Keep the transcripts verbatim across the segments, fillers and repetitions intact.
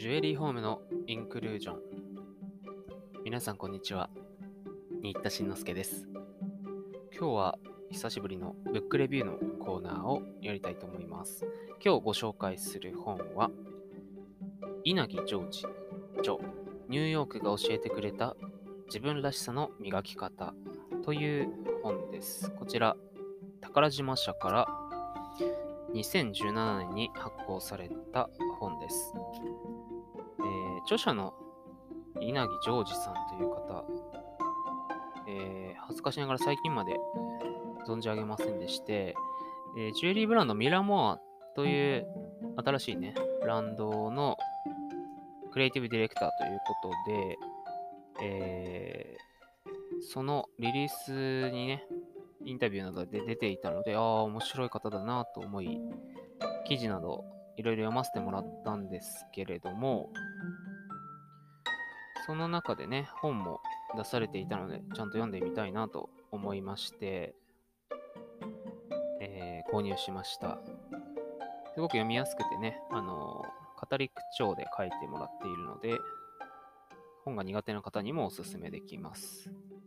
ジュエリーホームのインクルージョン。皆さんこんにちは。新田慎之介です。今日は久しぶりのブックレビューのコーナーをやりたいと思います。今日ご紹介する本は稲城ジョージ著ニューヨークが教えてくれた自分らしさの磨き方という本です。こちら宝島社からにせんじゅうななねんに発行された本です。えー、著者の稲城ジョージさんという方、えー、恥ずかしながら最近まで存じ上げませんでして、えー、ジュエリーブランドミラモアという新しいね、ブランドのクリエイティブディレクターということで、えー、そのリリースにね、インタビューなどで出ていたので、ああ、面白い方だなと思い、記事などいろいろ読ませてもらったんですけれども、その中でね、本も出されていたので、ちゃんと読んでみたいなと思いまして、えー購入しました。すごく読みやすくてね、あのー語り口調で書いてもらっているので、本が苦手な方にもおすすめできます。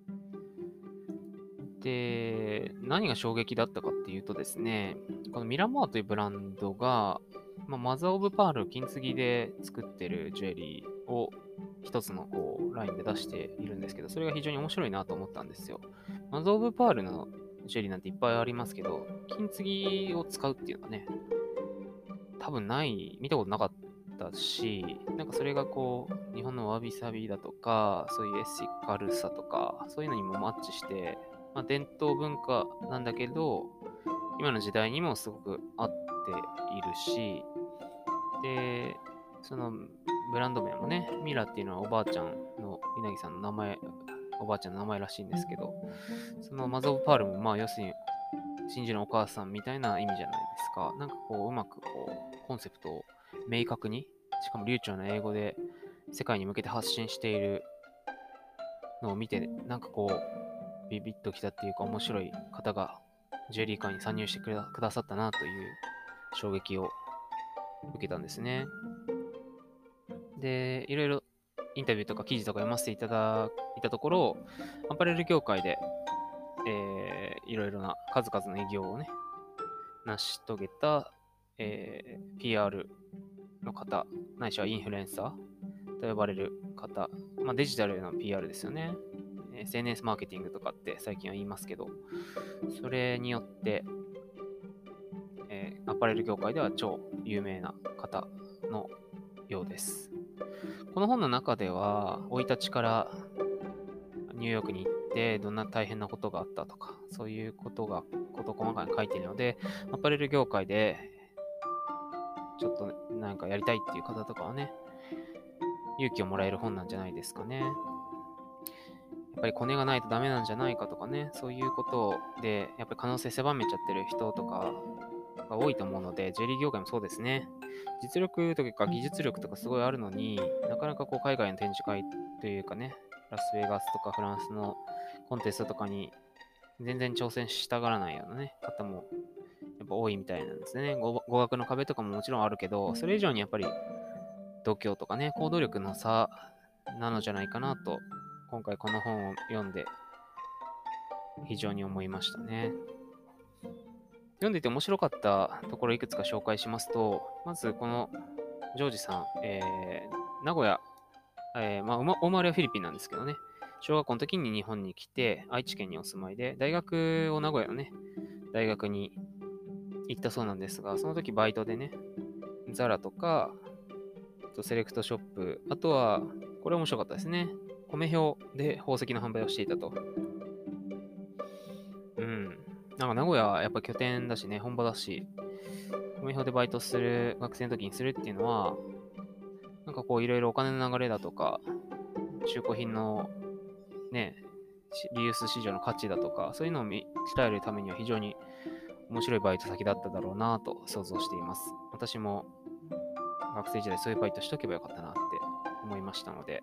で、何が衝撃だったかっていうとですね、このミラモアというブランドが、まあ、マザー・オブ・パール金継ぎで作ってるジュエリーを一つのこうラインで出しているんですけど、それが非常に面白いなと思ったんですよ。マザー・オブ・パールのジュエリーなんていっぱいありますけど、金継ぎを使うっていうのはね、多分ない、見たことなかったし、なんかそれがこう、日本のわびさびだとか、そういうエシカルさとか、そういうのにもマッチして、まあ、伝統文化なんだけど、今の時代にもすごく合っているし、で、そのブランド名もね、ミラっていうのはおばあちゃんの、稲城さんの名前、おばあちゃんの名前らしいんですけど、そのマザー・オブ・パールもまあ要するに真珠のお母さんみたいな意味じゃないですか。なんかこううまくこうコンセプトを明確に、しかも流暢な英語で世界に向けて発信しているのを見て、なんかこうビビッときたっていうか面白い方がジュエリー界に参入してくださったなという衝撃を受けたんですね。で、いろいろインタビューとか記事とか読ませていただいたところ、アパレル業界で、えー、いろいろな数々の偉業をね、成し遂げた、えー、ピーアール の方、ないしはインフルエンサーと呼ばれる方、まあ、デジタルの ピーアール ですよね。エスエヌエス マーケティングとかって最近は言いますけど、それによって、えー、アパレル業界では超有名な方のようです。この本の中では、生い立ちからニューヨークに行ってどんな大変なことがあったとか、そういうことが事細かに書いているので、アパレル業界でちょっとなんかやりたいっていう方とかはね、勇気をもらえる本なんじゃないですかね。やっぱりコネがないとダメなんじゃないかとかね、そういうことで、やっぱり可能性狭めちゃってる人とかが多いと思うので、ジュエリー業界もそうですね。実力とか技術力とかすごいあるのになかなかこう海外の展示会というかね、ラスベガスとかフランスのコンテストとかに全然挑戦したがらないようなね、方もやっぱ多いみたいなんですね。語学の壁とかももちろんあるけど、それ以上にやっぱり度胸とかね、行動力の差なのじゃないかなと、今回この本を読んで非常に思いましたね。読んでいて面白かったところいくつか紹介しますと、まずこのジョージさん、えー、名古屋、えーまあ、大生まれはフィリピンなんですけどね、小学校の時に日本に来て、愛知県にお住まいで、大学を名古屋のね、大学に行ったそうなんですが、その時バイトでね、ザラとか、セレクトショップ、あとは、これ面白かったですね。米表で宝石の販売をしていたと。うん。なんか名古屋やっぱ拠点だしね、本場だし、米表でバイトする、学生の時にするっていうのは、なんかこういろいろお金の流れだとか、中古品のね、リユース市場の価値だとか、そういうのを鍛えるためには非常に面白いバイト先だっただろうなと想像しています。私も学生時代そういうバイトしとけばよかったなって思いましたので、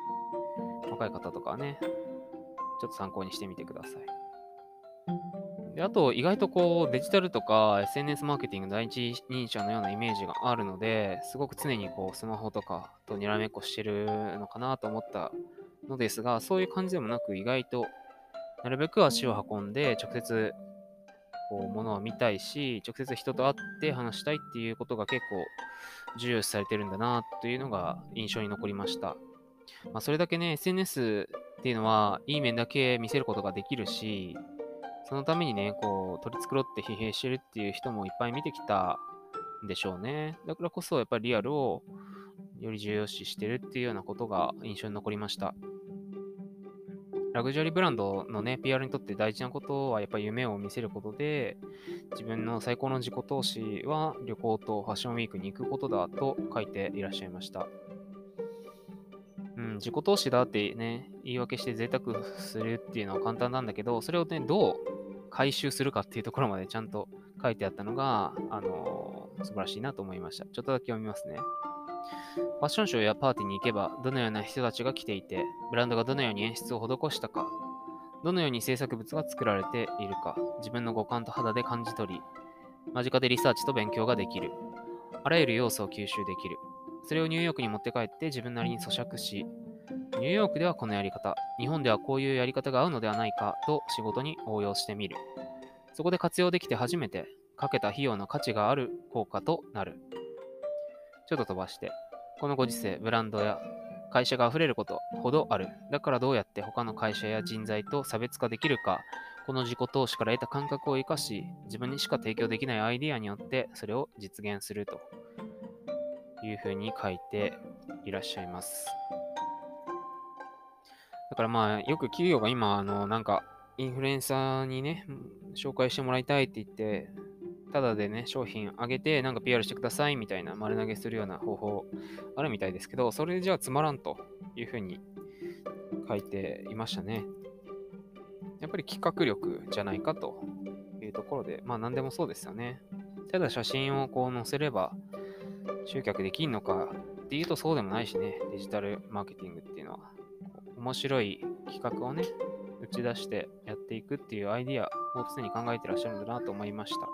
若い方とかはね、ちょっと参考にしてみてください。 で、あと、意外とこう、デジタルとか エスエヌエス マーケティング第一人者のようなイメージがあるので、すごく常にこう、スマホとかとにらめっこしてるのかなと思ったのですが、そういう感じでもなく、意外と、なるべく足を運んで、直接、こう、ものを見たいし、直接人と会って話したいっていうことが結構重要視されてるんだなというのが印象に残りました。まあ、それだけね、エスエヌエス っていうのは、いい面だけ見せることができるし、そのためにね、こう、取り繕って疲弊してるっていう人もいっぱい見てきたんでしょうね。だからこそ、やっぱりリアルをより重要視してるっていうようなことが印象に残りました。ラグジュアリーブランドのね、ピーアール にとって大事なことは、やっぱり夢を見せることで、自分の最高の自己投資は旅行とファッションウィークに行くことだと書いていらっしゃいました。うん、自己投資だってね、言い訳して贅沢するっていうのは簡単なんだけど、それをね、どう回収するかっていうところまでちゃんと書いてあったのが、あのー素晴らしいなと思いました。ちょっとだけ読みますね。ファッションショーやパーティーに行けば、どのような人たちが来ていて、ブランドがどのように演出を施したか、どのように制作物が作られているか、自分の五感と肌で感じ取り、間近でリサーチと勉強ができる。あらゆる要素を吸収できる。それをニューヨークに持って帰って自分なりに咀嚼し、ニューヨークではこのやり方、日本ではこういうやり方が合うのではないかと仕事に応用してみる。そこで活用できて初めて、かけた費用の価値がある効果となる。ちょっと飛ばして、このご時世、ブランドや会社が溢れることほどある。だからどうやって他の会社や人材と差別化できるか、この自己投資から得た感覚を生かし、自分にしか提供できないアイディアによってそれを実現するというふうに書いていらっしゃいます。だからまあ、よく企業が今、あの、なんか、インフルエンサーにね、紹介してもらいたいって言って、ただでね、商品あげて、なんか ピーアール してくださいみたいな丸投げするような方法あるみたいですけど、それじゃあつまらんというふうに書いていましたね。やっぱり企画力じゃないかというところで、まあ何でもそうですよね。ただ写真をこう載せれば集客できんのかっていうとそうでもないしね、デジタルマーケティングっていうのは。面白い企画をね、打ち出してやっていくっていうアイディアを常に考えてらっしゃるんだなと思いました。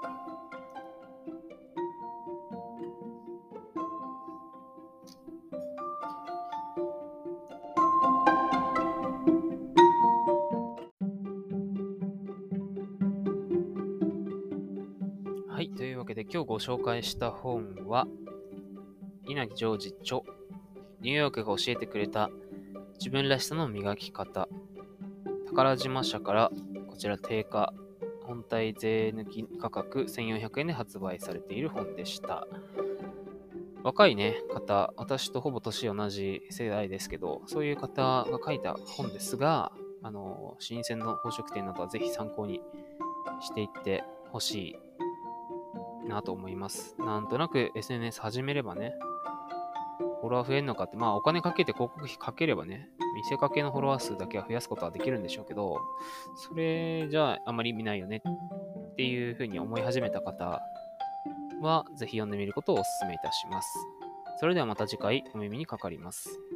はい、というわけで今日ご紹介した本は、稲木ジョージ著、ニューヨークが教えてくれた自分らしさの磨き方、宝島社からこちら定価、本体税抜き価格せんよんひゃくえんで発売されている本でした。若いね、方、私とほぼ年同じ世代ですけど、そういう方が書いた本ですが、あの、新鮮の宝飾店などはぜひ参考にしていってほしいなと思います。なんとなく エスエヌエス 始めればね、フォロワー増えるのかって、まあお金かけて広告費かければね、見せかけのフォロワー数だけは増やすことはできるんでしょうけど、それじゃああまり意味ないよねっていうふうに思い始めた方は、ぜひ読んでみることをお勧めいたします。それではまた次回お耳にかかります。